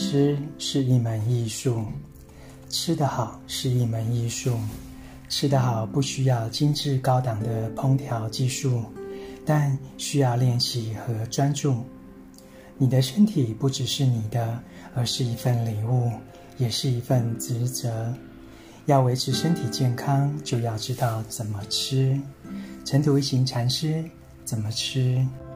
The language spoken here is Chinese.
吃是一门艺术，吃得好是一门艺术。吃得好不需要精致高档的烹调技术，但需要练习和专注。你的身体不只是你的，而是一份礼物，也是一份职责。要维持身体健康，就要知道怎么吃。尘土一行禅师怎么吃？